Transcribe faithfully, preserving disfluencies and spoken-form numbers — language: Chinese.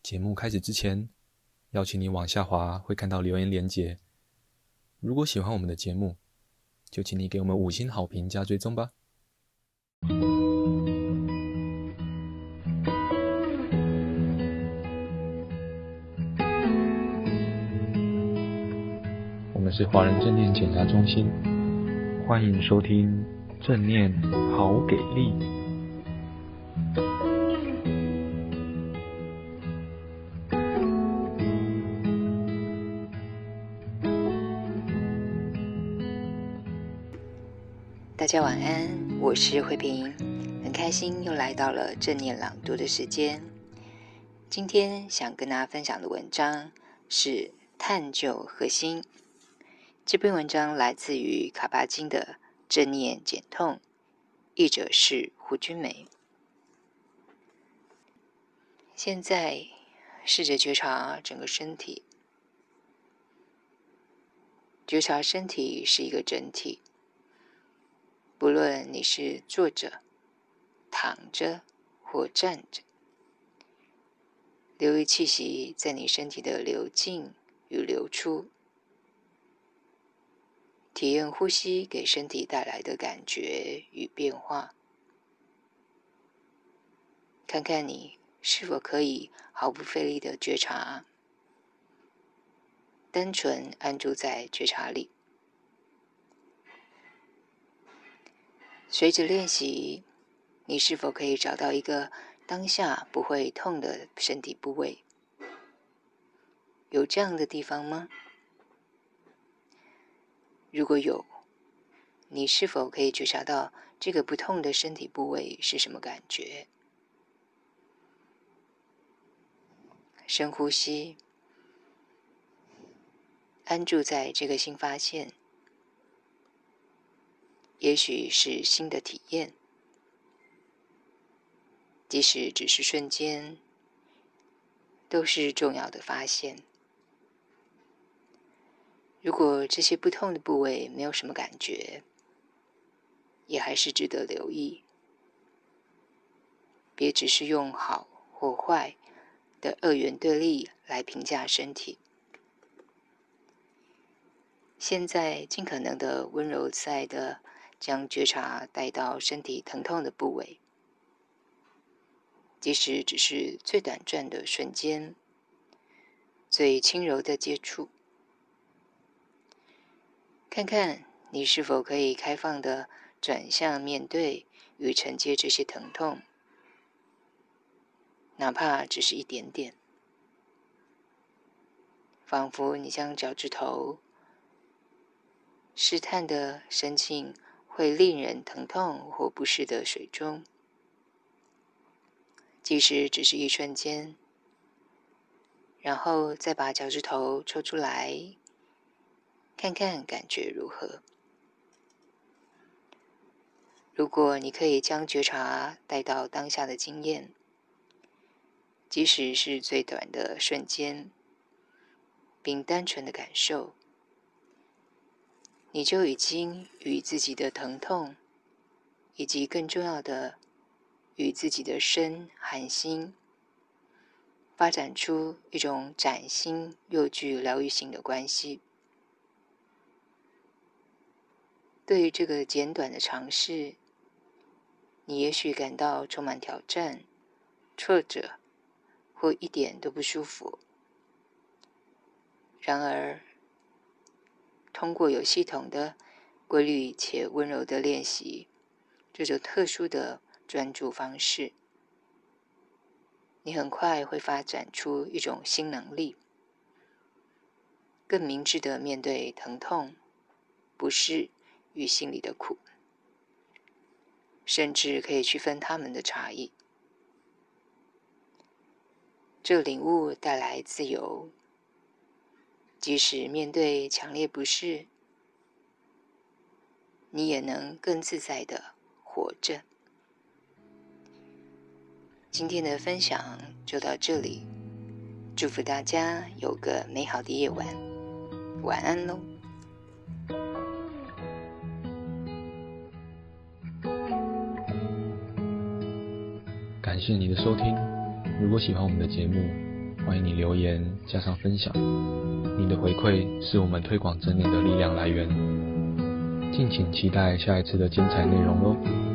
节目开始之前，邀请你往下滑，会看到留言连结。如果喜欢我们的节目，就请你给我们五星好评加追踪吧。我们是华人正念减压中心，欢迎收听正念好给力。 大家晚安，我是慧萍，很开心又来到了正念朗读的时间。今天想跟大家分享的文章是探究核心。这篇文章来自于卡巴金的正念减痛，译者是胡君梅。现在试着觉察整个身体，觉察身体是一个整体，不论你是坐着、躺着或站着，留意气息在你身体的流进与流出，体验呼吸给身体带来的感觉与变化。看看你是否可以毫不费力的觉察，单纯安住在觉察里。随着练习，你是否可以找到一个当下不会痛的身体部位？有这样的地方吗？如果有，你是否可以觉察到这个不痛的身体部位是什么感觉？深呼吸，安住在这个新发现，也许是新的体验，即使只是瞬间，都是重要的发现。如果这些不痛的部位没有什么感觉，也还是值得留意。别只是用好或坏的二元对立来评价身体。现在尽可能的温柔自在的将觉察带到身体疼痛的部位，即使只是最短暂的瞬间，最轻柔的接触。看看你是否可以开放的转向面对与承接这些疼痛，哪怕只是一点点，仿佛你将脚趾头试探地伸进会令人疼痛或不适的水中，即使只是一瞬间，然后再把脚趾头抽出来，看看感觉如何。如果你可以将觉察带到当下的经验，即使是最短的瞬间，并单纯的感受，你就已经与自己的疼痛，以及更重要的，与自己的身和心，发展出一种崭新又具疗愈性的关系。对于这个简短的尝试，你也许感到充满挑战、挫折，或一点都不舒服。然而，通过有系统的、规律且温柔的练习这种特殊的专注方式，你很快会发展出一种新能力，更明智地面对疼痛、不适与心里的苦，甚至可以区分它们的差异。这领悟带来自由，即使面对强烈不适，你也能更自在地活着。今天的分享就到这里，祝福大家有个美好的夜晚，晚安喽。 感谢你的收听，如果喜欢我们的节目， 欢迎你留言加上分享，你的回馈是我们推广正念的力量来源。敬请期待下一次的精彩内容咯。